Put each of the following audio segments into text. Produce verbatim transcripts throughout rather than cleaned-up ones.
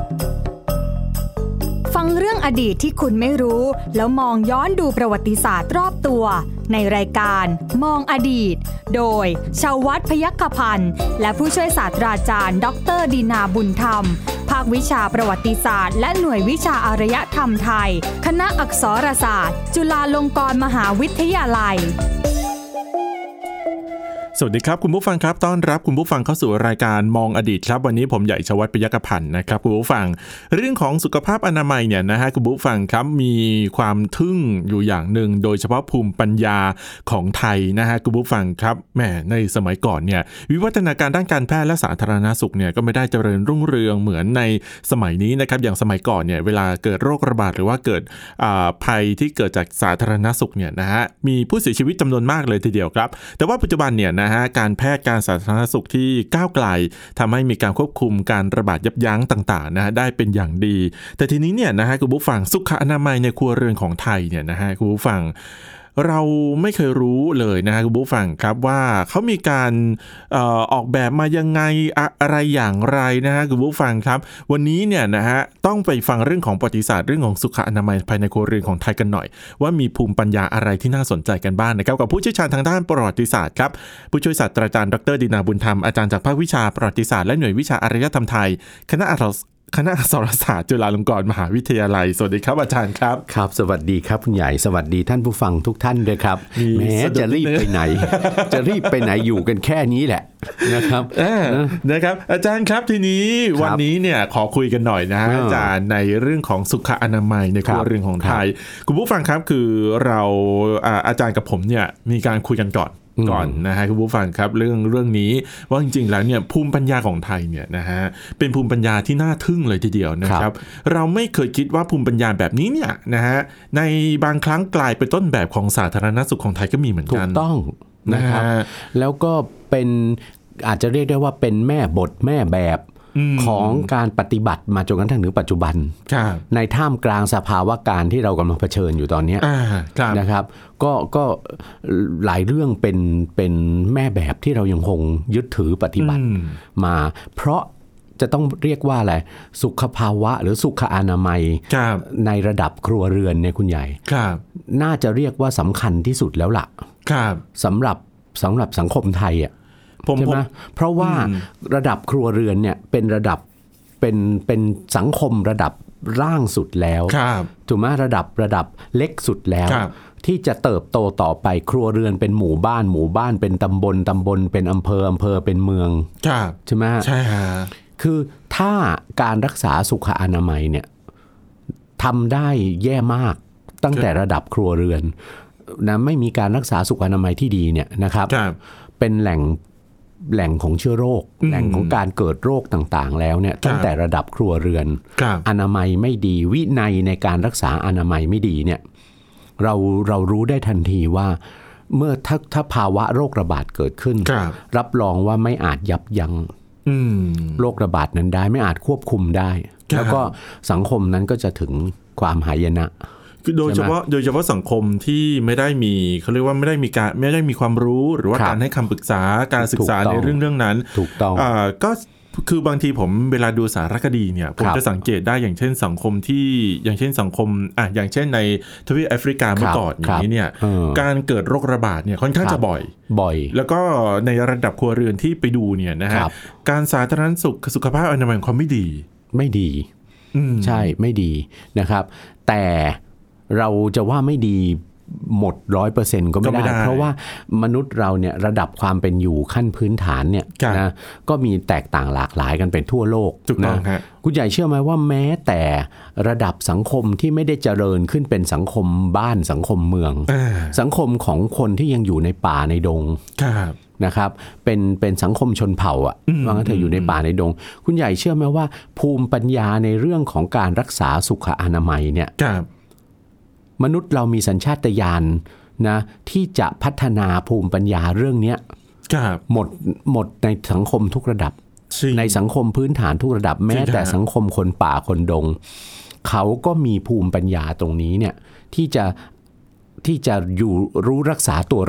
ฟังเรื่องอดีตที่คุณไม่รู้แล้วมองย้อนดูประวัติศาสตร์รอบตัวในรายการมองอดีตโดยชาววัฒน์พยัคฆพันธ์และผู้ช่วยศาสตราจารย์ดร.ดินาบุญธรรมภาควิชาประวัติศาสตร์และหน่วยวิชาอารยธรรมไทยคณะอักษรศาสตร์จุฬาลงกรณ์มหาวิทยาลัยสวัสดีครับคุณผู้ฟังครับต้อนรับคุณผู้ฟังเข้าสู่รายการมองอดีตครับวันนี้ผมใหญ่ชวัฒน์พยัคฆพันธ์นะครับคุณผู้ฟังเรื่องของสุขภาพอนามัยเนี่ยนะฮะคุณผู้ฟังครับมีความทึ่งอยู่อย่างหนึ่งโดยเฉพาะภูมิปัญญาของไทยนะฮะคุณผู้ฟังครับแหมในสมัยก่อนเนี่ยวิวัฒนาการด้านการแพทย์และสาธารณสุขเนี่ยก็ไม่ได้เจริญรุ่งเรืองเหมือนในสมัยนี้นะครับอย่างสมัยก่อนเนี่ยเวลาเกิดโรคระบาดหรือว่าเกิดภัยที่เกิดจากสาธารณสุขเนี่ยนะฮะมีผู้เสียชีวิตจำนวนมากเลยทีเดียวครับแต่ว่าปัจจุบันเนี่ยนะฮะการแพทย์การสาธารณสุขที่ก้าวไกลทำให้มีการควบคุมการระบาดยับยั้งต่างๆนะฮะได้เป็นอย่างดีแต่ทีนี้เนี่ยนะฮะคุณผู้ฟังสุขอนามัยในครัวเรือนของไทยเนี่ยนะฮะคุณผู้ฟังเราไม่เคยรู้เลยนะฮะคุณผู้ฟังครับว่าเขามีการเอ่อออกแบบมายังไงอะไรอย่างไรนะฮะคุณผู้ฟังครับวันนี้เนี่ยนะฮะต้องไปฟังเรื่องของประวัติศาสตร์เรื่องของสุขอนามัยภายในครัวเรือนของไทยกันหน่อยว่ามีภูมิปัญญาอะไรที่น่าสนใจกันบ้าง นะครับกับผู้เชี่ยวชาญทางด้านประวัติศาสตร์ครับผู้ช่วยศาสตราจารย์ดร.ดินาบุญธรรมอาจารย์จากภาควิชาประวัติศาสตร์และหน่วยวิชาอารยธรรมไทยคณะคณะอักษรศาสตร์จุฬาลงกรณ์มหาวิทยาลัยสวัสดีครับอาจารย์ครับครับสวัสดีครับคุณใหญ่สวัสดีท่านผู้ฟังทุกท่านด้วยครับแม้จะรีบไปไหน จะรีบไปไหนอยู่กันแค่นี้แหละนะครับนะครับอาจารย์ครับทีนี้วันนี้เนี่ยขอคุยกันหน่อยนะอาจารย์ในเรื่องของสุขอนามัยในครัวเรือนของไทยคุณผู้ฟังครับคือเราอาจารย์กับผมเนี่ยมีการคุยกันก่อนก่อนนะฮะคุณผู้ฟังครับเรื่องเรื่องนี้ว่าจริงๆแล้วเนี่ยภูมิปัญญาของไทยเนี่ยนะฮะเป็นภูมิปัญญาที่น่าทึ่งเลยทีเดียวนะครับเราไม่เคยคิดว่าภูมิปัญญาแบบนี้เนี่ยนะฮะในบางครั้งกลายเป็นต้นแบบของสาธารณสุขของไทยก็มีเหมือนกันถูกต้องนะครับแล้วก็เป็นอาจจะเรียกได้ว่าเป็นแม่บทแม่แบบของการปฏิบัติมาจนกระทั่งถึงปัจจุบันในท่ามกลางสภาวะการที่เรากำลังเผชิญอยู่ตอนนี้นะครับก็ก็หลายเรื่องเป็นเป็นแม่แบบที่เรายังคงยึดถือปฏิบัติมาเพราะจะต้องเรียกว่าอะไรสุขภาวะหรือสุขอนามัยในระดับครัวเรือนเนี่ยคุณใหญ่น่าจะเรียกว่าสำคัญที่สุดแล้วล่ะสำหรับสำหรับสังคมไทยอ่ะใช่ไหมเพราะว่าระดับครัวเรือนเนี่ยเป็นระดับเป็นเป็นสังคมระดับล่างสุดแล้วถูกไหมระดับระดับเล็กสุดแล้วที่จะเติบโตต่อไปครัวเรือนเป็นหมู่บ้านหมู่บ้านเป็นตำบลตำบลเป็นอำเภออำเภอเป็นเมืองใช่ไหมใช่ฮะคือถ้าการรักษาสุขอนามัยเนี่ยทำได้แย่มากตั้งแต่ระดับครัวเรือนนะไม่มีการรักษาสุขอนามัยที่ดีเนี่ยนะครับเป็นแหล่งแหล่งของเชื้อโรคแหล่งของการเกิดโรคต่างๆแล้วเนี่ยตั้งแต่ระดับครัวเรือนอนามัยไม่ดีวินัยในการรักษาอนามัยไม่ดีเนี่ยเราเรารู้ได้ทันทีว่าเมื่อถ้าถ้าภาวะโรคระบาดเกิดขึ้น ร, รับรองว่าไม่อาจยับยั้งโรคระบาดนั้นได้ไม่อาจควบคุมได้แล้วก็สังคมนั้นก็จะถึงความหายนะโดยเฉพาะโดยเฉพาะสังคมที่ไม่ได้มีเขาเรียกว่าไม่ได้มีการไม่ได้มีความรู้หรือว่าการให้คำปรึกษาการศึกษาในเรื่องเรื่องนั้นถูกต้องอ่าก็คือบางทีผมเวลาดูสารคดีเนี่ยผมจะสังเกตได้อย่างเช่นสังคมที่อย่างเช่นสังคมอ่ะอย่างเช่นในทวีปแอฟริกาเมื่อก่อนอย่างนี้เนี่ยการเกิดโรคระบาดเนี่ยค่อนข้างจะบ่อยบ่อยแล้วก็ในระดับครัวเรือนที่ไปดูเนี่ยนะฮะการสาธารณสุขสุขภาพอนามัยความไม่ดีไม่ดีใช่ไม่ดีนะครับแต่เราจะว่าไม่ดีหมด ร้อยเปอร์เซ็นต์ ก็ไม่ได้เพราะว่ามนุษย์เราเนี่ยระดับความเป็นอยู่ขั้นพื้นฐานเนี่ยนะก็มีแตกต่างหลากหลายกันเป็นทั่วโลกนะคุณใหญ่เชื่อไหมว่าแม้แต่ระดับสังคมที่ไม่ได้เจริญขึ้นเป็นสังคมบ้านสังคมเมืองสังคมของคนที่ยังอยู่ในป่าในดงนะครับเป็นเป็นสังคมชนเผ่าอ่ะว่างั้นเธออยู่ในป่าในดงคุณใหญ่เชื่อไหมว่าภูมิปัญญาในเรื่องของการรักษาสุขอนามัยเนี่ยมนุษย์เรามีสัญชาตญาณนะที่จะพัฒนาภูมิปัญญาเรื่องนี้หมดหมดในสังคมทุกระดับในสังคมพื้นฐานทุกระดับแม้แต่สังคมคนป่าคนดงเขาก็มีภูมิปัญญาตรงนี้เนี่ยที่จะที่จะอยู่รู้รักษาตัวรอดอ่ะ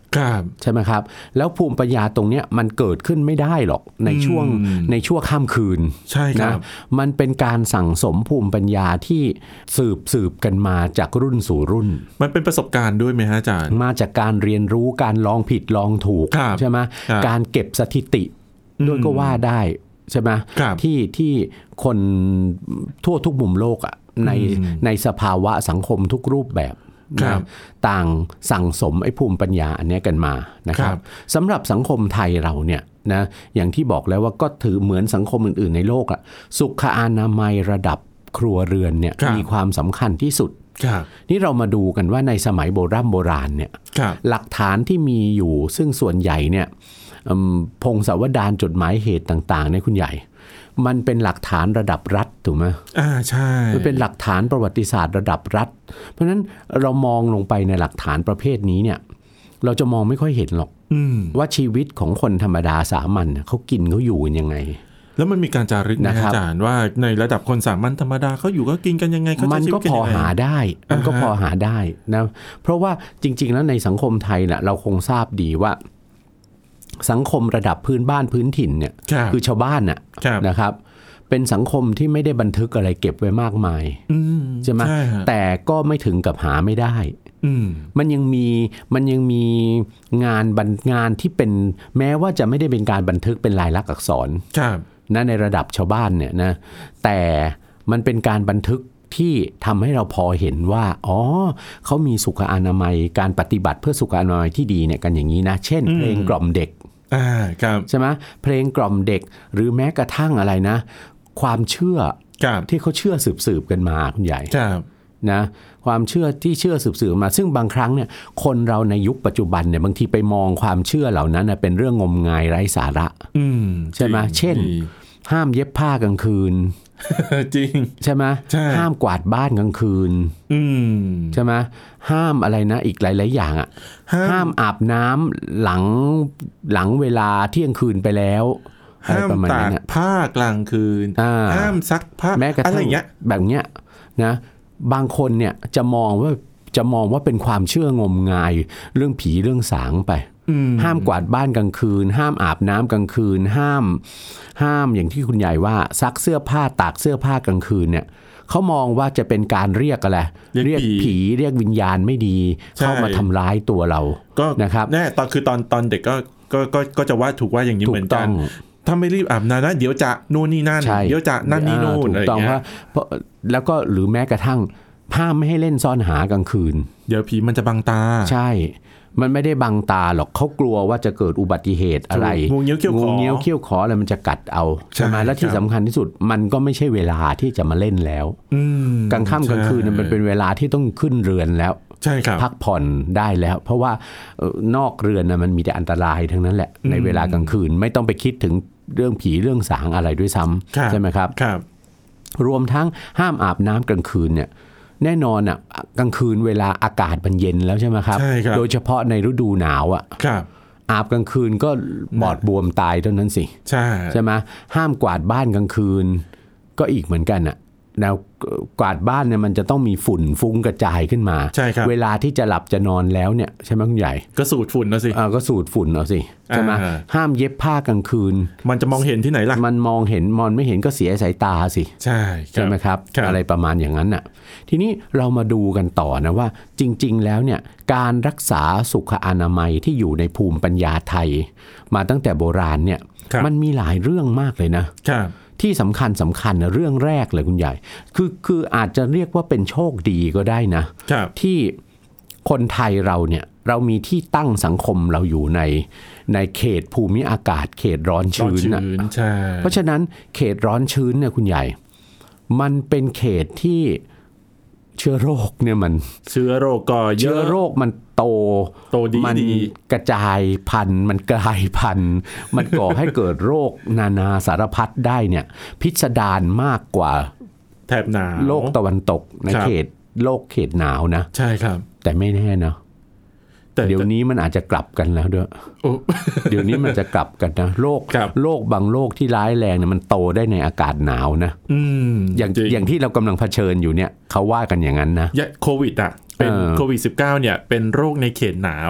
ใช่ไหมครับแล้วภูมิปัญญาตรงเนี้ยมันเกิดขึ้นไม่ได้หรอกในช่วงในช่วงข้ามคืนใช่ครับนะมันเป็นการสั่งสมภูมิปัญญาที่สืบสืบกันมาจากรุ่นสู่รุ่นมันเป็นประสบการณ์ด้วยไหมฮะอาจารย์มาจากการเรียนรู้การลองผิดลองถูกใช่ไหมการเก็บสถิติด้วยก็ว่าได้ใช่ไหมที่ที่คนทั่วทุกมุมโลกอ่ะในในสภาวะสังคมทุกรูปแบบนะต่างสั่งสมไอ้ภูมิปัญญาอันนี้กันมานะครับสำหรับสังคมไทยเราเนี่ยนะอย่างที่บอกแล้วว่าก็ถือเหมือนสังคมอื่นๆในโลกอะสุขอนามัยระดับครัวเรือนเนี่ยมีความสำคัญที่สุดนี่เรามาดูกันว่าในสมัยโบราณโบราณเนี่ยหลักฐานที่มีอยู่ซึ่งส่วนใหญ่เนี่ยพงศาวดารจดหมายเหตุต่างๆเนี่ยคุณใหญ่มันเป็นหลักฐานระดับรัฐถูกไหมอ่าใช่มันเป็นหลักฐานประวัติศาสตร์ระดับรัฐเพราะฉะนั้นเรามองลงไปในหลักฐานประเภทนี้เนี่ยเราจะมองไม่ค่อยเห็นหรอกว่าชีวิตของคนธรรมดาสามัญเขากินเขาอยู่ยังไงแล้วมันมีการจารึกนะอาจารย์ว่าในระดับคนสามัญธรรมดาเขาอยู่ก็กินกันยังไงเขามันก็พอหาได้มันก็พอหาได้นะเพราะว่าจริงๆแล้วในสังคมไทยน่ะเราคงทราบดีว่าสังคมระดับพื้นบ้านพื้นถิ่นเนี่ยคือชาวบ้านน่ะนะครับเป็นสังคมที่ไม่ได้บันทึกอะไรเก็บไว้มากมายใช่ไหมแต่ก็ไม่ถึงกับหาไม่ได้มันยังมีมันยังมีงานงานที่เป็นแม้ว่าจะไม่ได้เป็นการบันทึกเป็นลายลักษณ์อักษรนะในระดับชาวบ้านเนี่ยนะแต่มันเป็นการบันทึกที่ทำให้เราพอเห็นว่าอ๋อเขามีสุขอนามัยการปฏิบัติเพื่อสุขอนามัยที่ดีเนี่ยกันอย่างนี้นะเช่นเพลงกล่อมเด็กใช่ไหมเพลงกล่อมเด็กหรือแม้กระทั่งอะไรนะความเชื่อที่เขาเชื่อสืบๆกันมาคุณใหญ่นะความเชื่อที่เชื่อสืบๆมาซึ่งบางครั้งเนี่ยคนเราในยุคปัจจุบันเนี่ยบางทีไปมองความเชื่อเหล่านั้นนะเป็นเรื่องงมงายไร้สาระใช่ไหมเช่นห้ามเย็บผ้ากลางคืนจริงใช่ไหมห้ามกวาดบ้านกลางคืนใช่ไหมห้ามอะไรนะอีกหลายๆอย่างอ่ะห้ามอาบน้ำหลังหลังเวลาเที่ยงคืนไปแล้วห้ามตากผ้ากลางคืนห้ามซักผ้าแม้กระทั่งแบบเนี้ยนะบางคนเนี่ยจะมองว่าจะมองว่าเป็นความเชื่องมงายเรื่องผีเรื่องสางไปห้ามกวาดบ้านกลางคืนห้ามอาบน้ำกลางคืนห้ามห้ามอย่างที่คุณใหญ่ว่าซักเสื้อผ้าตากเสื้อผ้ากลางคืนเนี่ยเขามองว่าจะเป็นการเรียกอะไรเรียกผีเรียกวิญญาณไม่ดีเข้ามาทำร้ายตัวเราก็นะครับแน่ตอนคือตอนตอนเด็กก็ก็ก็ก็จะว่าถูกว่าอย่างนี้เหมือนกันถ้าไม่รีบอาบน้ำนะเดี๋ยวจะโน่นนี่นั่นเดี๋ยวจะนั่นนี่โน่นอะไรอย่างเงี้ยแล้วก็หรือแม้กระทั่งห้ามไม่ให้เล่นซ่อนหากลางคืนเดี๋ยวผีมันจะบังตาใช่มันไม่ได้บังตาหรอกเขากลัวว่าจะเกิดอุบัติเหตุอะไรงูเงี้ยวเขี้ยวของูเงี้ยวเขี้ยวขออะไรมันจะกัดเอาใช่ไหมและที่สำคัญที่สุดมันก็ไม่ใช่เวลาที่จะมาเล่นแล้วกลางค่ำกลางคืนมันเป็นเวลาที่ต้องขึ้นเรือนแล้วพักผ่อนได้แล้วเพราะว่านอกเรือนนะมันมีแต่อันตรายทั้งนั้นแหละในเวลากลางคืนไม่ต้องไปคิดถึงเรื่องผีเรื่องสางอะไรด้วยซ้ำใช่ไหมครับรวมทั้งห้ามอาบน้ำกลางคืนเนี่ยแน่นอนอ่ะกลางคืนเวลาอากาศมันเย็นแล้วใช่ไหมครับโดยเฉพาะในฤดูหนาวอ่ะอาบกลางคืนก็บอดบวมตายเท่านั้นสิใช่ใช่ไหมห้ามกวาดบ้านกลางคืนก็อีกเหมือนกันอ่ะแนวกวาดบ้านเนี่ยมันจะต้องมีฝุ่นฟุ้งกระจายขึ้นมาเวลาที่จะหลับจะนอนแล้วเนี่ยใช่ไหมคุณใหญ่ก็สูดฝุ่นเอาสิอ่าก็สูดฝุ่นเอาสิใช่ไหมห้ามเย็บผ้ากลางคืนมันจะมองเห็นที่ไหนล่ะมันมองเห็นมองไม่เห็นก็เสียสายตาสิใช่ใช่ไหมครับอะไรประมาณอย่างนั้นน่ะทีนี้เรามาดูกันต่อนะว่าจริงๆแล้วเนี่ยการรักษาสุขอนามัยที่อยู่ในภูมิปัญญาไทยมาตั้งแต่โบราณเนี่ยมันมีหลายเรื่องมากเลยนะที่สำคัญสำคัญนะเรื่องแรกเลยคุณใหญ่คือคืออาจจะเรียกว่าเป็นโชคดีก็ได้นะที่คนไทยเราเนี่ยเรามีที่ตั้งสังคมเราอยู่ในในเขตภูมิอากาศเขตร้อนชื้นนะเพราะฉะนั้นเขตร้อนชื้นเนี่ยคุณใหญ่มันเป็นเขตที่เชื้อโรคเนี่ยมันเชื้อโรคก็เยอะเชื้อโรคมันโตโตดีมันกระจายพันธุ์มันกลายพันธุ์มันก่อให้เกิดโรคนานาสารพัดได้เนี่ยพิสดารมากกว่าแถบหนาวโลกตะวันตกในเขตโลกเขตหนาวนะใช่ครับแต่ไม่แน่นะแต่เดี๋ยวนี้มันอาจจะกลับกันแล้วด้วยเดี๋ยวนี้มันจะกลับกันนะโรคโรคบางโรคที่ร้ายแรงเนี่ยมันโตได้ในอากาศหนาวนะอย่างอย่างที่เรากำลังเผชิญอยู่เนี่ยเขาว่ากันอย่างนั้นนะโควิดอ่ะเป็นโควิด สิบเก้า เนี่ยเป็นโรคในเขตหนาว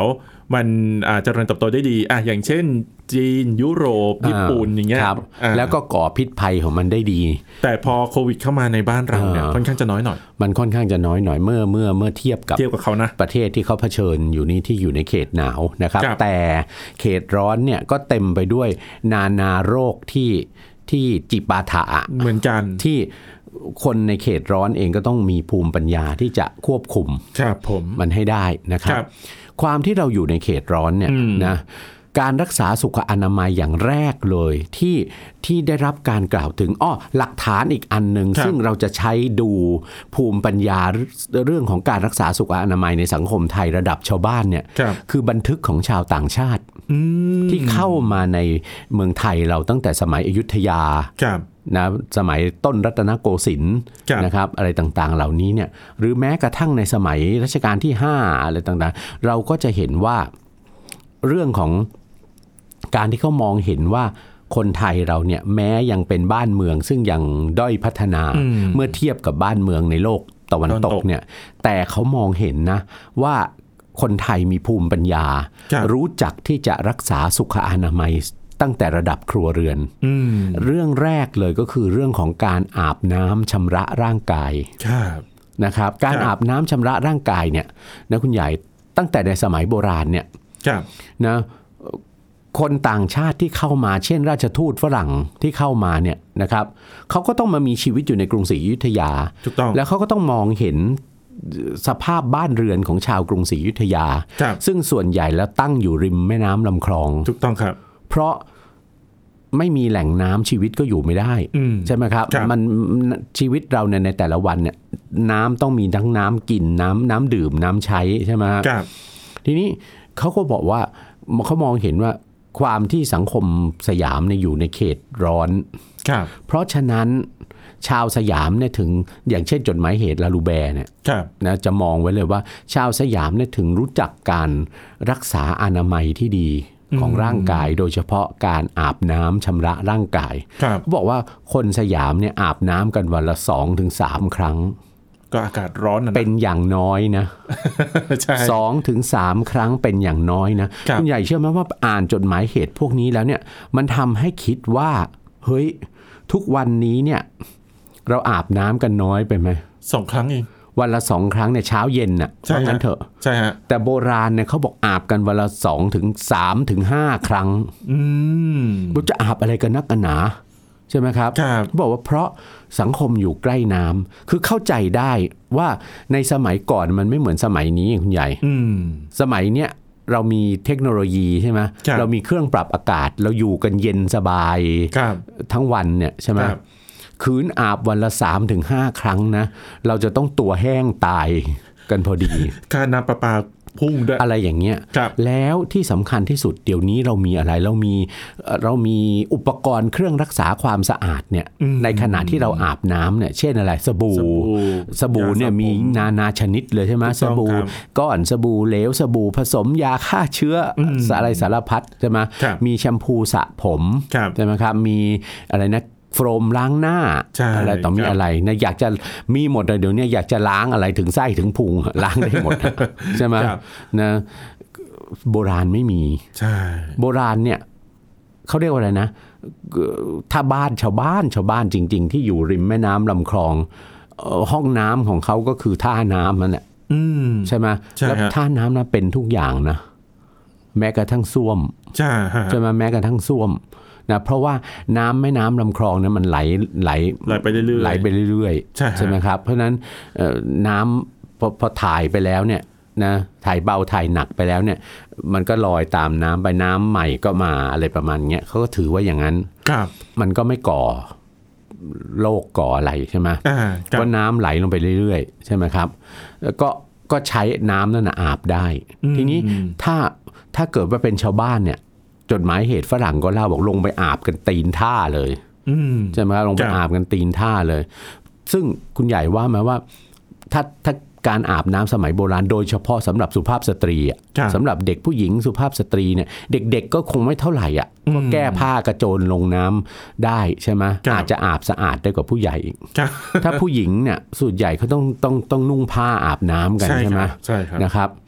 มันอ่าเจริญเติบโตได้ดีอ่ะอย่างเช่นจีนยุโรปญี่ปุ่นอย่างเงี้ยแล้วก็ก่อพิษภัยของมันได้ดีแต่พอโควิดเข้ามาในบ้านเราเนี่ยค่อนข้างจะน้อยหน่อยมันค่อนข้างจะน้อยหน่อยเมื่อเมื่อเมื่อเทียบกับเทียบกับเขานะประเทศที่เขาเผชิญอยู่นี่ที่อยู่ในเขตหนาวนะครับแต่เขตร้อนเนี่ยก็เต็มไปด้วยนานาโรคที่ที่จิปาถะเหมือนกันที่คนในเขตร้อนเองก็ต้องมีภูมิปัญญาที่จะควบคุมมันให้ได้นะครับความที่เราอยู่ในเขตร้อนเนี่ยนะการรักษาสุขอนามัยอย่างแรกเลยที่ที่ได้รับการกล่าวถึงอ้อหลักฐานอีกอันนึงซึ่งเราจะใช้ดูภูมิปัญญาเรื่องของการรักษาสุขอนามัยในสังคมไทยระดับชาวบ้านเนี่ย ค, คือบันทึกของชาวต่างชาติที่เข้ามาในเมืองไทยเราตั้งแต่สมัยอยุธยานะสมัยต้นรัตนโกสินทร์นะครับอะไรต่างๆเหล่านี้เนี่ยหรือแม้กระทั่งในสมัยรัชกาลที่ห้าอะไรต่างๆเราก็จะเห็นว่าเรื่องของการที่เขามองเห็นว่าคนไทยเราเนี่ยแม้ยังเป็นบ้านเมืองซึ่งยังด้อยพัฒนาเมื่อเทียบกับบ้านเมืองในโลกตะวันตกเนี่ยแต่เขามองเห็นนะว่าคนไทยมีภูมิปัญญารู้จักที่จะรักษาสุขอนามัยตั้งแต่ระดับครัวเรือนเรื่องแรกเลยก็คือเรื่องของการอาบน้ำชำระร่างกายนะครับการอาบน้ำชำระร่างกายเนี่ยนะคุณใหญ่ตั้งแต่ในสมัยโบราณเนี่ยนะคนต่างชาติที่เข้ามาเช่นราชทูตฝรั่งที่เข้ามาเนี่ยนะครับเขาก็ต้องมามีชีวิตอยู่ในกรุงศรีอยุธยาแล้วเขาก็ต้องมองเห็นสภาพบ้านเรือนของชาวกรุงศรีอยุธยาซึ่งส่วนใหญ่แล้วตั้งอยู่ริมแม่น้ำลำคลองถูกต้องครับเพราะไม่มีแหล่งน้ำชีวิตก็อยู่ไม่ได้ใช่ไหมครับมันชีวิตเราในในแต่ละวันเนี่ยน้ำต้องมีทั้งน้ำกินน้ำน้ำดื่มน้ำใช้ใช่ไหมครับทีนี้เขาก็บอกว่าเขามองเห็นว่าความที่สังคมสยามเนี่ยอยู่ในเขตร้อนเพราะฉะนั้นชาวสยามเนี่ยถึงอย่างเช่นจดหมายเหตุลาลูแบร์เนี่ยนะจะมองไว้เลยว่าชาวสยามเนี่ยถึงรู้จักการรักษาอนามัยที่ดีของร่างกายโดยเฉพาะการอาบน้ำชำระร่างกายเขาบอกว่าคนสยามเนี่ยอาบน้ำกันวันละ สองถึงสาม ครั้งก็อากาศร้อนนะเป็นอย่างน้อยนะ สองถึงสาม ครั้งเป็นอย่างน้อยนะคุณใหญ่เชื่อไหมว่าอ่านจดหมายเหตุพวกนี้แล้วเนี่ยมันทำให้คิดว่าเฮ้ยทุกวันนี้เนี่ยเราอาบน้ำกันน้อยไปไหมสองครั้งเองวันละสองครั้งเนี่ยเช้าเย็นน่ะเพราะงั้นเถอะใช่ฮะแต่โบราณเนี่ยเขาบอกอาบกันวันละสองถึงสามถึงห้าครั้งอืมจะอาบอะไรกันนักกันหนาใช่ไหมครับเขาบอกว่าเพราะสังคมอยู่ใกล้น้ำคือเข้าใจได้ว่าในสมัยก่อนมันไม่เหมือนสมัยนี้คุณใหญ่สมัยเนี้ยเรามีเทคโนโลยีใช่ไหมเรามีเครื่องปรับอากาศเราอยู่กันเย็นสบายทั้งวันเนี่ยใช่ไหมคืนอาบวันละ สามถึงห้า ครั้งนะเราจะต้องตัวแห้งตายกันพอดีค่าน้ำประปาพุ่งด้วยอะไรอย่างเงี้ยแล้วที่สำคัญที่สุดเดี๋ยวนี้เรามีอะไรเรามีเรามีอุปกรณ์เครื่องรักษาความสะอาดเนี่ยในขณะที่เราอาบน้ำเนี่ยเช่นอะไรสบู่สบู่เนี่ยมีนานาชนิดเลยใช่ไหมสบู่ก้อนสบู่เหลวสบู่ผสมยาฆ่าเชื้ออะไรสารพัดใช่ไหมมีแชมพูสระผมใช่ไหมครับมีอะไรนะโฟมล้างหน้าอะไรต่อมีอะไรนะอยากจะมีหมดเลยเดี๋ยวนี้อยากจะล้างอะไรถึงไส้ถึงพุงล้างได้หมดใช่ไหมนะโบราณไม่มีโบราณเนี่ยเขาเรียกว่าอะไรนะถ้าบ้านชาวบ้านชาวบ้านจริงๆที่อยู่ริมแม่น้ำลำคลองห้องน้ำของเขาก็คือท่าน้ำนั่นแหละใช่ไหมแล้วท่าน้ำนั้นเป็นทุกอย่างนะแม้กระทั่งส้วมใช่ไหมแม้กระทั่งส้วมนะเพราะว่าน้ำแม่น้ำลำคลองเนี่ยมันไหลไหลไหลไปเรื่อยๆไหลไปเรื่อยๆใช่ใช่ไหมครับเพราะฉะนั้นน้ำพอพอถ่ายไปแล้วเนี่ยนะถ่ายเบาถ่ายหนักไปแล้วเนี่ยมันก็ลอยตามน้ำไปน้ำใหม่ก็มาอะไรประมาณเงี้ยเขาก็ถือว่าอย่างนั้นมันก็ไม่ก่อโรคก่ออะไรใช่ไหมเพราะน้ำไหลลงไปเรื่อยๆใช่ไหมครับแล้วก็ก็ใช้น้ำนั่นนะอาบได้ทีนี้ถ้าถ้าเกิดว่าเป็นชาวบ้านเนี่ยจดหมายเหตุฝรั่งก็เล่าบอกลงไปอาบกันตีนท่าเลยใช่ไหมครับลงไปอาบกันตีนท่าเลยซึ่งคุณใหญ่ว่าไหมว่าถ้าถ้าการอาบน้ำสมัยโบราณโดยเฉพาะสำหรับสุภาพสตรีอ่ะสำหรับเด็กผู้หญิงสุภาพสตรีเนี่ยเด็กๆก็คงไม่เท่าไหร่อ่ะก็แก้ผ้ากระโจนลงน้ำได้ใช่ไหมอาจจะอาบสะอาดได้กว่าผู้ใหญ่ถ้าผู้หญิงเนี่ยส่วนใหญ่เขาต้องต้องต้องนุ่งผ้าอาบน้ำกันใช่ไหมนะครับ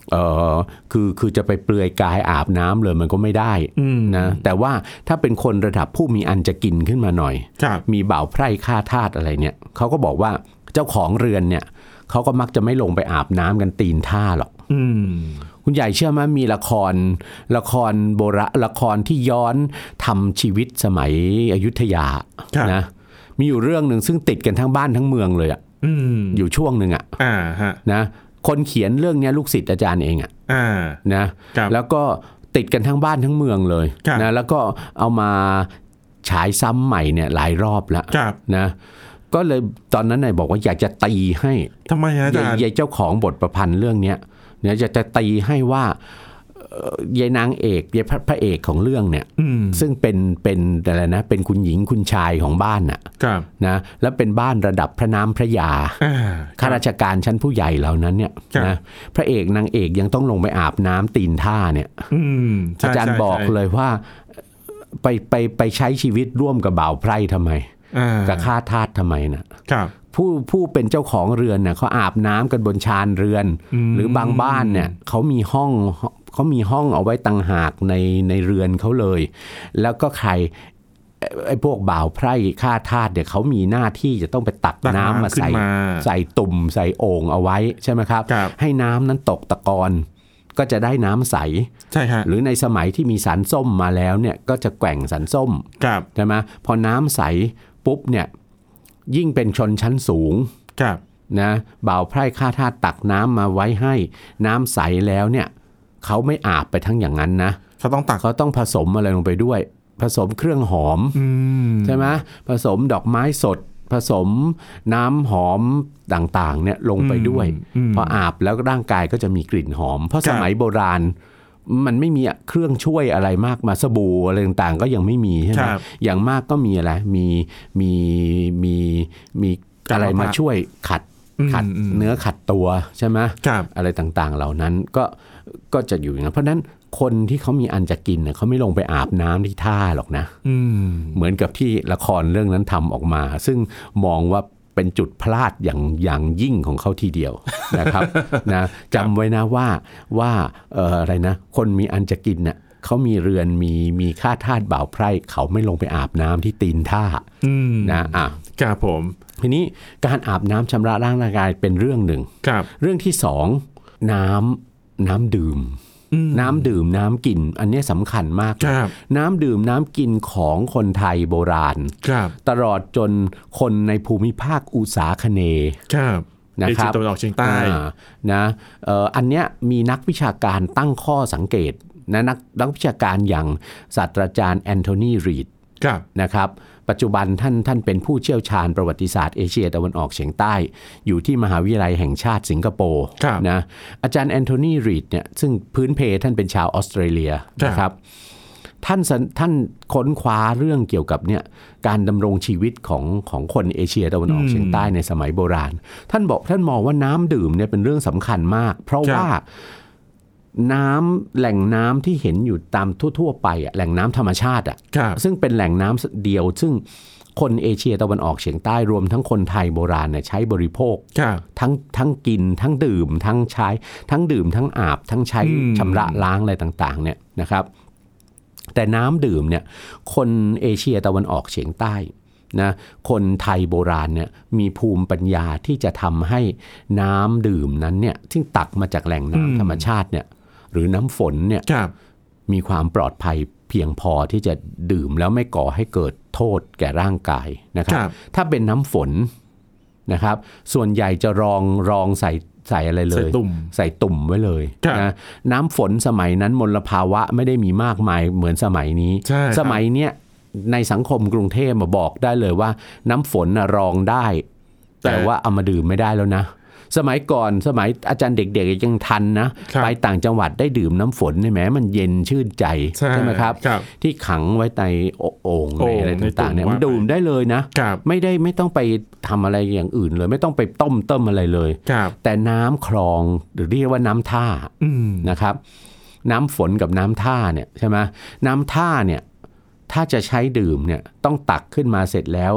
เออคือคือจะไปเปลือยกายอาบน้ำเลยมันก็ไม่ได้นะแต่ว่าถ้าเป็นคนระดับผู้มีอันจะกินขึ้นมาหน่อยมีบ่าวไพร่ฆ่าทาสอะไรเนี่ยเขาก็บอกว่าเจ้าของเรือนเนี่ยเขาก็มักจะไม่ลงไปอาบน้ำกันตีนท่าหรอกคุณใหญ่เชื่อไหมมีละครละครโบราณละครที่ย้อนทำชีวิตสมัยอยุธยานะมีอยู่เรื่องหนึ่งซึ่งติดกันทั้งบ้านทั้งเมืองเลยอ่ะอยู่ช่วงหนึ่งอ่ะนะคนเขียนเรื่องนี้ลูกศิษย์อาจารย์เองอ่ะนะแล้วก็ติดกันทั้งบ้านทั้งเมืองเลยนะแล้วก็เอามาฉายซ้ำใหม่เนี่ยหลายรอบแล้วนะก็เลยตอนนั้นนายบอกว่าอยากจะตีให้ทำไมอาจารย์ยายเจ้าของบทประพันธ์เรื่องนี้เนี่ยจะจะตีให้ว่ายายนางเอกยายพระเอกของเรื่องเนี่ยซึ่งเป็นเป็นอะไรนะเป็นคุณหญิงคุณชายของบ้านน่ะนะแล้วเป็นบ้านระดับพระน้ำพระยาข้าราชการชั้นผู้ใหญ่เหล่านั้นเนี่ยนะพระเอกนางเอกยังต้องลงไปอาบน้ำตีนท่าเนี่ยอาจารย์บอกเลยว่าไปไปไปใช้ชีวิตร่วมกับบ่าวไพร่ทำไมกับข้าทาสทำไมนะผู้ผู้เป็นเจ้าของเรือนเนี่ยเขาอาบน้ำกันบนชานเรือนหรือบางบ้านเนี่ยเขามีห้องเขามีห้องเอาไว้ต่างหากในในเรือนเขาเลยแล้วก็ใครไอ้พวกบ่าวไพร่ข้าทาสเนี่ยเขามีหน้าที่จะต้องไปตักน้ำมาใส่ใส่ตุ่มใส่โอ่งเอาไว้ใช่ไหมครับให้น้ำนั้นตกตะกอนก็จะได้น้ำใสใช่ฮะหรือในสมัยที่มีสารส้มมาแล้วเนี่ยก็จะแกว่งสารส้มใช่ไหมพอน้ำใสปุ๊บเนี่ยยิ่งเป็นชนชั้นสูงนะบ่าวไพร่ข้าทาสตักน้ำมาไว้ให้น้ำใสแล้วเนี่ยเขาไม่อาบไปทั้งอย่างนั้นนะเขาต้องตักเขาต้องผสมอะไรลงไปด้วยผสมเครื่องหอมใช่ไหมผสมดอกไม้สดผสมน้ำหอมต่างๆเนี่ยลงไปด้วยพออาบแล้วร่างกายก็จะมีกลิ่นหอมเพราะสมัยโบราณมันไม่มีเครื่องช่วยอะไรมากมาสบู่อะไรต่างๆก็ยังไม่มีใช่ไหมอย่างมากก็มีอะไรมีมีมีมีอะไรมาช่วยขัดขัดเนื้อขัดตัวใช่ไหมอะไรต่างๆเหล่านั้นก็ก็จะอยู่อย่างนั้นเพราะนั้นคนที่เขามีอันจะกินเนี่ยเขาไม่ลงไปอาบน้ำที่ท่าหรอกนะเหมือนกับที่ละครเรื่องนั้นทำออกมาซึ่งมองว่าเป็นจุดพลาดอย่างอย่างยิ่งของเขาทีเดียวนะครับนะจำไว้นะว่าว่าเอ่ออะไรนะคนมีอันจะกินเนี่ยเขามีเรือนมีมีข้าทาสบ่าวไพร่เขาไม่ลงไปอาบน้ำที่ตีนท่านะอ่ะครับผมทีนี้การอาบน้ำชำระร่างกายเป็นเรื่องหนึ่งเรื่องที่สองน้ำน้ำดื่มน้ำดื่มน้ำกินอันนี้สำคัญมากน้ำดื่มน้ำกินของคนไทยโบราณตลอดจนคนในภูมิภาคอุษาคเนย์นะครับตะวันออกเฉียงใต้นะอันเนี้ยมีนักวิชาการตั้งข้อสังเกตนะนักนักวิชาการอย่างศาสตราจารย์แอนโทนีรีดนะครับปัจจุบันท่านท่านเป็นผู้เชี่ยวชาญประวัติศาสตร์เอเชียตะวันออกเฉียงใต้อยู่ที่มหาวิทยาลัยแห่งชาติสิงคโปร์นะอาจารย์แอนโทนีรีดเนี่ยซึ่งพื้นเพท่านเป็นชาวออสเตรเลียนะครับท่านท่านค้นคว้าเรื่องเกี่ยวกับเนี่ยการดำรงชีวิตของของคนเอเชียตะวันออกเฉียงใต้ในสมัยโบราณท่านบอกท่านมองว่าน้ำดื่มเนี่ยเป็นเรื่องสำคัญมากเพราะว่าน้ำแหล่งน้ำที่เห็นอยู่ตามทั่วๆไปอ่ะแหล่งน้ำธรรมชาติอ่ะซึ่งเป็นแหล่งน้ำเดียวซึ่งคนเอเชียตะวันออกเฉียงใต้รวมทั้งคนไทยโบราณเนี่ยใช้บริโภคทั้งทั้งกินทั้งดื่มทั้งใช้ทั้งดื่มทั้งอาบทั้งใช้ชำระล้างอะไรต่างๆเนี่ยนะครับแต่น้ำดื่มเนี่ยคนเอเชียตะวันออกเฉียงใต้นะคนไทยโบราณเนี่ยมีภูมิปัญญาที่จะทำให้น้ำดื่มนั้นเนี่ยที่ตักมาจากแหล่งน้ำธรรมชาติเนี่ยหรือน้ำฝนเนี่ยมีความปลอดภัยเพียงพอที่จะดื่มแล้วไม่ก่อให้เกิดโทษแก่ร่างกายนะครับถ้าเป็นน้ำฝนนะครับส่วนใหญ่จะรองรองใส่ใส่อะไรเลยใส่ตุ่มไว้เลยนะน้ำฝนสมัยนั้นมลภาวะไม่ได้มีมากมายเหมือนสมัยนี้สมัยเนี้ยในสังคมกรุงเทพมาบอกได้เลยว่าน้ำฝนรองได้แต่ว่าเอามาดื่มไม่ได้แล้วนะสมัยก่อนสมัยอาจารย์เด็กๆยังทันนะไปต่างจังหวัดได้ดื่มน้ำฝนใช่ไหมมันเย็นชื่นใจใช่ไหมครับที่ขังไว้ในโอ่งในอะไรต่างๆเนี่ยมันดื่มได้เลยนะไม่ได้ไม่ต้องไปทำอะไรอย่างอื่นเลยไม่ต้องไปต้มเติมอะไรเลยแต่น้ำคลองหรือเรียกว่าน้ำท่านะครับน้ำฝนกับน้ำท่าเนี่ยใช่ไหมน้ำท่าเนี่ยถ้าจะใช้ดื่มเนี่ยต้องตักขึ้นมาเสร็จแล้ว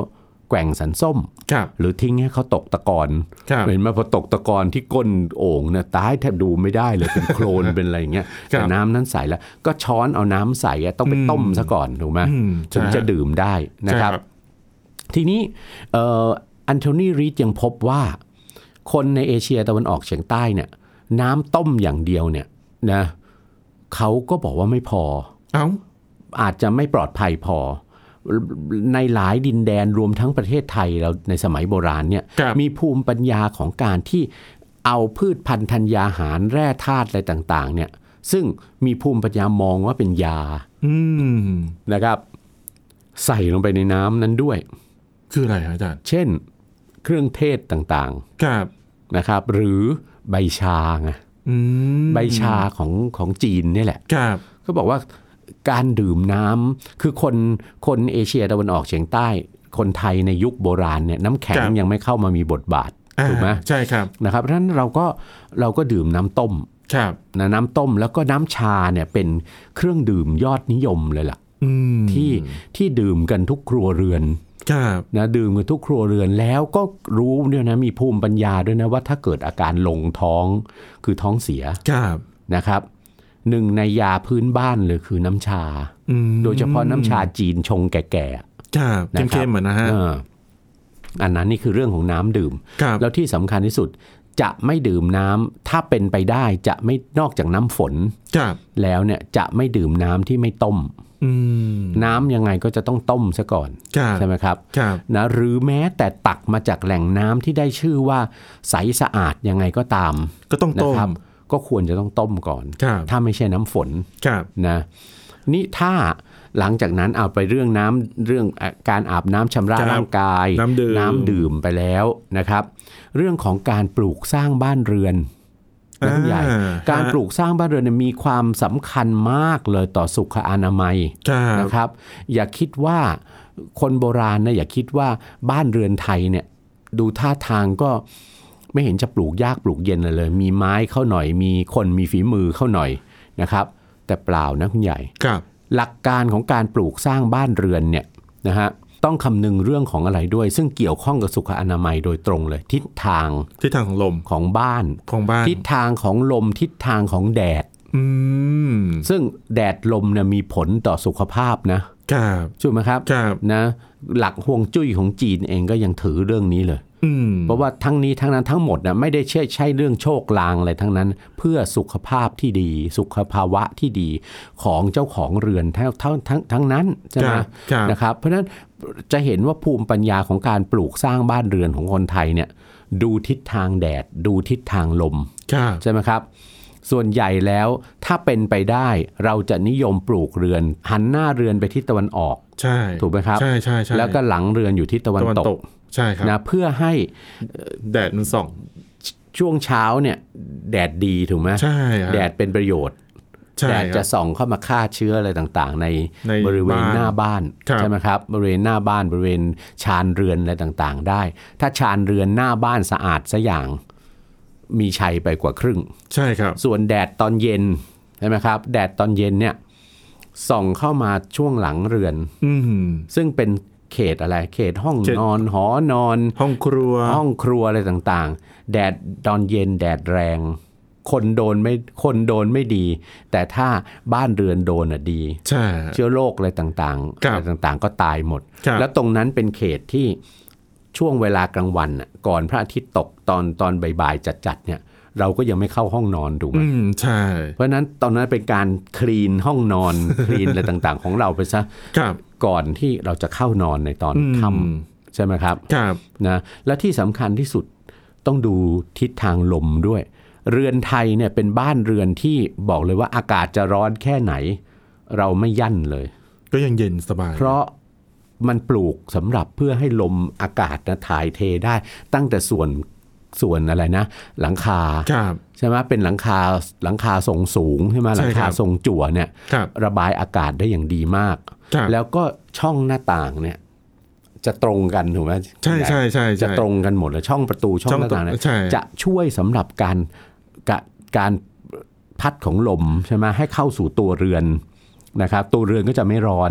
แกว่งสันส้มหรือทิ้งให้เขาตกตะกอนเห็นไหมพอตกตะกอนที่ก้นโอ่งเนี่ยตายแทบดูไม่ได้เลยเป็นโคลน เป็นอะไรอย่างเงี้ยแต่น้ำนั้นใสแล้วก็ช้อนเอาน้ำใสต้องไปต้มซะก่อนถูกไหมถึงจะดื่มได้นะครับทีนี้อันโทนีรีดยังพบว่าคนในเอเชียตะวันออกเฉียงใต้เนี่ยน้ำต้มอย่างเดียวเนี่ยนะเขาก็บอกว่าไม่พอเอ้าอาจจะไม่ปลอดภัยพอในหลายดินแดนรวมทั้งประเทศไทยเราในสมัยโบราณเนี่ยมีภูมิปัญญาของการที่เอาพืชพันธุ์ธัญญาหารแร่ธาตุอะไรต่างๆเนี่ยซึ่งมีภูมิปัญญามองว่าเป็นยานะครับใส่ลงไปในน้ำนั้นด้วยคืออะไรอาจารย์เช่นเครื่องเทศต่างๆนะครับหรือใบชาไงใบชาของของจีนนี่แหละเขาบอกว่าการดื่มน้ำคือคนคนเอเชียตะวันออกเฉียงใต้คนไทยในยุคโบราณเนี่ยน้ำแข็งยังไม่เข้ามามีบทบาทถูกไหมใช่ครับนะครับเพราะฉะนั้นเราก็เราก็ดื่มน้ำต้มนะน้ำต้มแล้วก็น้ำชาเนี่ยเป็นเครื่องดื่มยอดนิยมเลยล่ะที่ที่ดื่มกันทุกครัวเรือนนะดื่มกันทุกครัวเรือนแล้วก็รู้เนี่ยนะมีภูมิปัญญาด้วยนะว่าถ้าเกิดอาการลงท้องคือท้องเสียนะครับหนึ่งในยาพื้นบ้านเลยคือน้ำชาโดยเฉพาะน้ำชาจีนชงแก่ๆเข้มๆเหมือนนะฮะอันนั้นนี่คือเรื่องของน้ำดื่มแล้วที่สำคัญที่สุดจะไม่ดื่มน้ำถ้าเป็นไปได้จะไม่นอกจากน้ำฝนแล้วเนี่ยจะไม่ดื่มน้ำที่ไม่ต้มน้ำยังไงก็จะต้องต้มซะก่อนใช่ไหมครับนะหรือแม้แต่ตักมาจากแหล่งน้ำที่ได้ชื่อว่าใสสะอาดยังไงก็ตามก็ต้องต้มก็ควรจะต้องต้มก่อนถ้าไม่ใช่น้ำฝนนะนี่ถ้าหลังจากนั้นเอาไปเรื่องน้ำเรื่องการอาบน้ำชำระร่างกายน้ำดื่มน้ำดื่มไปแล้วนะครับเรื่องของการปลูกสร้างบ้านเรือนนะใหญ่การปลูกสร้างบ้านเรือนมีความสำคัญมากเลยต่อสุขอนามัยนะครับอย่าคิดว่าคนโบราณนะอย่าคิดว่าบ้านเรือนไทยเนี่ยดูท่าทางก็ไม่เห็นจะปลูกยากปลูกเย็นเลยเลยมีไม้เข้าหน่อยมีคนมีฝีมือเข้าหน่อยนะครับแต่เปล่านะคุณใหญ่หลักการของการปลูกสร้างบ้านเรือนเนี่ยนะฮะต้องคำนึงเรื่องของอะไรด้วยซึ่งเกี่ยวข้องกับสุขอนามัยโดยตรงเลยทิศทางทิศทางของลมของบ้านของบ้านทิศทางของลมทิศทางของแดดซึ่งแดดลมเนี่ยมีผลต่อสุขภาพนะใช่ไหมครับนะหลักฮวงจุ้ยของจีนเองก็ยังถือเรื่องนี้เลยเพราะว่าทั้งนี้ทั้งนั้นทั้งหมดนะไม่ได้ใช่ใช่เรื่องโชคลางอะไรทั้งนั้นเพื่อสุขภาพที่ดีสุขภาวะที่ดีของเจ้าของเรือนทั้งทั้งทั้งทั้งนั้นใช่ไหมนะครับเพราะฉะนั้นจะเห็นว่าภูมิปัญญาของการปลูกสร้างบ้านเรือนของคนไทยเนี่ยดูทิศทางแดดดูทิศทางลมใช่ไหมครับส่วนใหญ่แล้วถ้าเป็นไปได้เราจะนิยมปลูกเรือนหันหน้าเรือนไปทิศตะวันออกใช่ถูกไหมครับใช่ใช่ใช่แล้วก็หลังเรือนอยู่ทิศตะวันตกใช่ครับนะเพื่อให้แดดมันส่องช่วงเช้าเนี่ยแดดดีถูกไหมใช่แดดเป็นประโยชน์แดดจะส่องเข้ามาฆ่าเชื้ออะไรต่างๆในบริเวณหน้าบ้านใช่ไหมครับบริเวณหน้าบ้านบริเวณชานเรือนอะไรต่างๆได้ถ้าชานเรือนหน้าบ้านสะอาดซะอย่างมีชัยไปกว่าครึ่งใช่ครับส่วนแดดตอนเย็นใช่ไหมครับแดดตอนเย็นเนี่ยส่องเข้ามาช่วงหลังเรือนซึ่งเป็นเขตอะไรเขตห้องนอนหอนอนห้องครัวห้องครัวอะไรต่างๆแดดตอนเย็นแดดแรงคนโดนไม่คนโดนไม่ดีแต่ถ้าบ้านเรือนโดนอ่ะดีเชื้อโรคอะไรต่างๆอะไรต่างๆก็ตายหมดแล้วตรงนั้นเป็นเขตที่ช่วงเวลากลางวันก่อนพระอาทิตย์ตกตอนตอนบ่ายๆจัดๆเนี่ยเราก็ยังไม่เข้าห้องนอนถูกไหมใช่เพราะนั้นตอนนั้นเป็นการคลีนห้องนอนคลีนอะไรต่างๆของเราไปซะก่อนที่เราจะเข้านอนในตอนค่ำใช่ไหมครับนะและที่สำคัญที่สุดต้องดูทิศทางลมด้วยเรือนไทยเนี่ยเป็นบ้านเรือนที่บอกเลยว่าอากาศจะร้อนแค่ไหนเราไม่ยั่นเลยก็ยังเย็นสบายเพราะมันปลูกสำหรับเพื่อให้ลมอากาศนะถ่ายเทได้ตั้งแต่ส่วนส่วนอะไรนะหลังคาใช่ไหมเป็นหลังคาหลังคาทรงสูงใช่ไหมหลังคาทรงจั่วเนี่ยระบายอากาศได้อย่างดีมากแล้วก็ช่องหน้าต่างเนี่ยจะตรงกันถูกไหมใช่ใช่ใช่จะตรงกันหมดเลยช่องประตูช่องหน้าต่างเนี่ยจะช่วยสำหรับการการพัดของลมใช่ไหมให้เข้าสู่ตัวเรือนนะครับตัวเรือนก็จะไม่ร้อน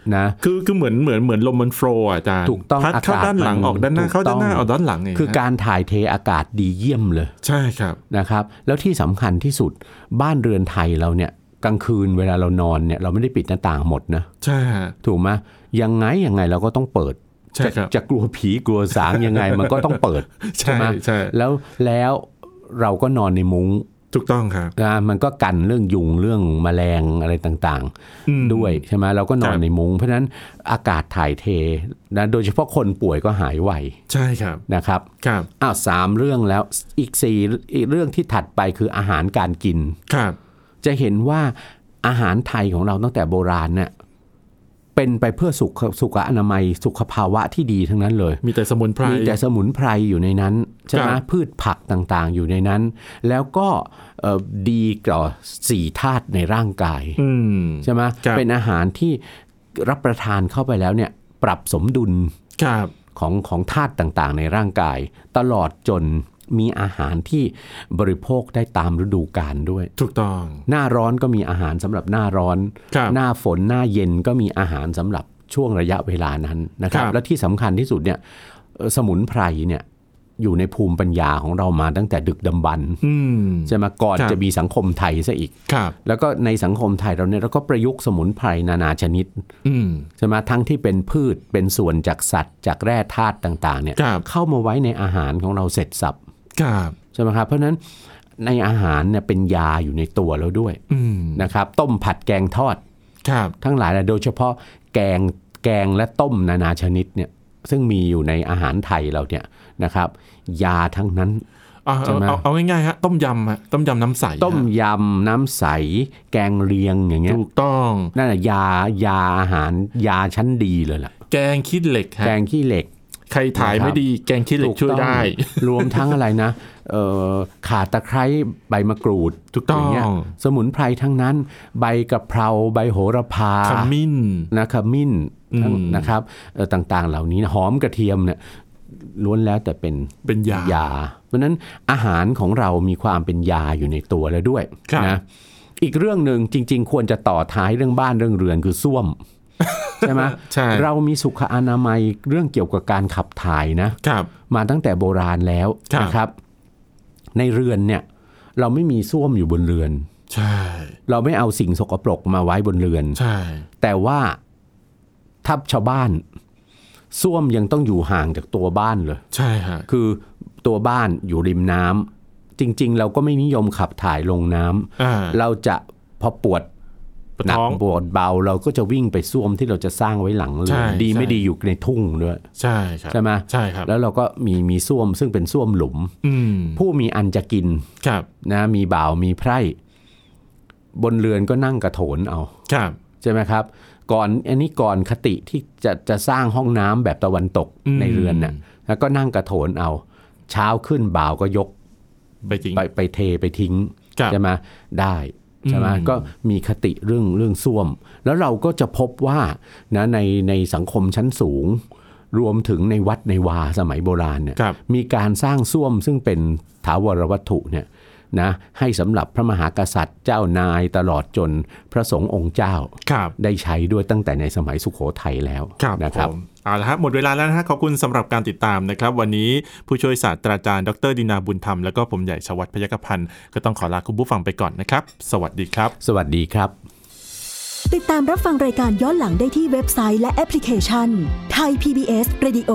นะคือคือเหมือนเหมือนเหมือนลมมันโฟล์อาจารย์ถูกต้องพัดเข้าด้านหลังออกด้านหน้าเข้าด้านหน้าออกด้านหลังคือการถ่ายเทอากาศดีเยี่ยมเลยใช่ครับนะครับแล้วที่สำคัญที่สุดบ้านเรือนไทยเราเนี่ยกลางคืนเวลาเรานอนเนี่ยเราไม่ได้ปิดหน้าต่างหมดนะใช่ถูกไหมยังไงยังไงเราก็ต้องเปิดจะจะกลัวผีกลัวสางยังไงมันก็ต้องเปิดใช่ไหมใช่แล้วแล้วเราก็นอนในมุ้งถูกต้องครับนะมันก็กันเรื่องยุงเรื่องแมลงอะไรต่างๆด้วยใช่ไหมเราก็นอนในมุ้งเพราะฉะนั้นอากาศถ่ายเทนะโดยเฉพาะคนป่วยก็หายไวใช่ครับนะครับครับอ้าวสามเรื่องแล้วอีกสี่อีกเรื่องที่ถัดไปคืออาหารการกินครับจะเห็นว่าอาหารไทยของเราตั้งแต่โบราณเนี่ยเป็นไปเพื่อสุขสุขอนามัยสุขภาวะที่ดีทั้งนั้นเลยมีแต่สมุนไพรมีแต่สมุนไพรอยู่ในนั้นใช่ไหมพืชผักต่างๆอยู่ในนั้นแล้วก็ดีต่อสี่ธาตุในร่างกายใช่ไหมเป็นอาหารที่รับประทานเข้าไปแล้วเนี่ยปรับสมดุลของของธาตุต่างๆในร่างกายตลอดจนมีอาหารที่บริโภคได้ตามฤดูกาลด้วยถูกต้องหน้าร้อนก็มีอาหารสำหรับหน้าร้อนหน้าฝนหน้าเย็นก็มีอาหารสำหรับช่วงระยะเวลานั้นนะครับและที่สำคัญที่สุดเนี่ยสมุนไพรเนี่ยอยู่ในภูมิปัญญาของเรามาตั้งแต่ดึกดำบรรพ์ใช่ไหมก่อนจะมีสังคมไทยซะอีกแล้วก็ในสังคมไทยเราเนี่ยเราก็ประยุกต์สมุนไพรนานาชนิดใช่ไหมทั้งที่เป็นพืชเป็นส่วนจากสัตว์จากแร่ธาตุต่างๆเนี่ยเข้ามาไว้ในอาหารของเราเสร็จสับใช่ไหมครับเพราะฉะนั้นในอาหารเนี่ยเป็นยาอยู่ในตัวแล้วด้วยนะครับต้มผัดแกงทอดทั้งหลายโดยเฉพาะแกงแกงและต้มนานาชนิดเนี่ยซึ่งมีอยู่ในอาหารไทยเราเนี่ยนะครับยาทั้งนั้นเอาเอาเอาง่ายๆฮะต้มยำฮะต้มยำน้ำใสต้มยำน้ำใสแกงเลียงอย่างเงี้ยถูกต้องนั่นแหละยายาอาหารยาชั้นดีเลยล่ะแกงขี้เหล็กฮะแกงขี้เหล็กใครถ่ายไม่ดีแกงขี้เหล็กช่วยได้รวมทั้งอะไรนะข่าตะไคร้ใบมะกรูดถูกต้องสมุนไพรทั้งนั้นใบกะเพราใบโหระพาขมิ้นนะขมิ้นนะครับต่างๆเหล่านี้หอมกระเทียมเนี่ยล้วนแล้วแต่เป็นเป็นยายาเพราะนั้นอาหารของเรามีความเป็นยาอยู่ในตัวแล้วด้วยนะอีกเรื่องนึงจริงๆควรจะต่อท้ายเรื่องบ้านเรื่องเรือนคือส้วมใช่ไหมใช่เรามีสุขอนามัยเรื่องเกี่ยวกับการขับถ่ายนะมาตั้งแต่โบราณแล้วนะครับในเรือนเนี่ยเราไม่มีส้วมอยู่บนเรือนใช่เราไม่เอาสิ่งสกปรกมาไว้บนเรือนใช่แต่ว่าถ้าชาวบ้านส้วมยังต้องอยู่ห่างจากตัวบ้านเลยใช่ฮะคือตัวบ้านอยู่ริมน้ำจริงๆเราก็ไม่นิยมขับถ่ายลงน้ำเราจะพอปวดหนักปวดเบาเราก็จะวิ่งไปส้วมที่เราจะสร้างไว้หลังเรือนดีไม่ดีอยู่ในทุ่งด้วยใช่ครับใช่ไหมใช่ครับแล้วเราก็มีมีส้วมซึ่งเป็นส้วมหลุมผู้มีอันจะกินนะมีบ่าวมีไพร่บนเรือนก็นั่งกระโถนเอาใช่ไหมครับก่อนอันนี้ก่อนคติที่จะจะสร้างห้องน้ำแบบตะวันตกในเรือนน่ะแล้วก็นั่งกระโถนเอาเช้าขึ้นบ่าวก็ยกไปทิ้งไปไปเทไปทิ้งใช่ไหมได้ใช่ไหมก็มีคติเรื่องเรื่องส้วมแล้วเราก็จะพบว่านะในในสังคมชั้นสูงรวมถึงในวัดในวาสมัยโบราณเนี่ยมีการสร้างส้วมซึ่งเป็นถาวรวัตถุเนี่ยนะให้สำหรับพระมหากษัตริย์เจ้านายตลอดจนพระสงฆ์องค์เจ้าได้ใช้ด้วยตั้งแต่ในสมัยสุโขทัยแล้วนะครับเอาละครับหมดเวลาแล้วนะฮะขอบคุณสำหรับการติดตามนะครับวันนี้ผู้ช่วยศาสตราจารย์ดรดินาบุญธรรมแล้วก็ผมใหญ่ชวัฒน์พยัคฆพันธ์ก็ต้องขอลาคุณผู้ฟังไปก่อนนะครับสวัสดีครับสวัสดีครับติดตามรับฟังรายการย้อนหลังได้ที่เว็บไซต์และแอปพลิเคชัน Thai พี บี เอส Radio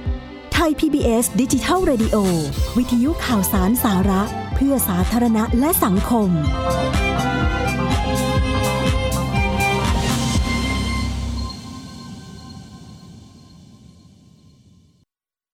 Thai พี บี เอส Digital Radio วิทยุข่าวสารสาระเพื่อสาธารณะและสังคม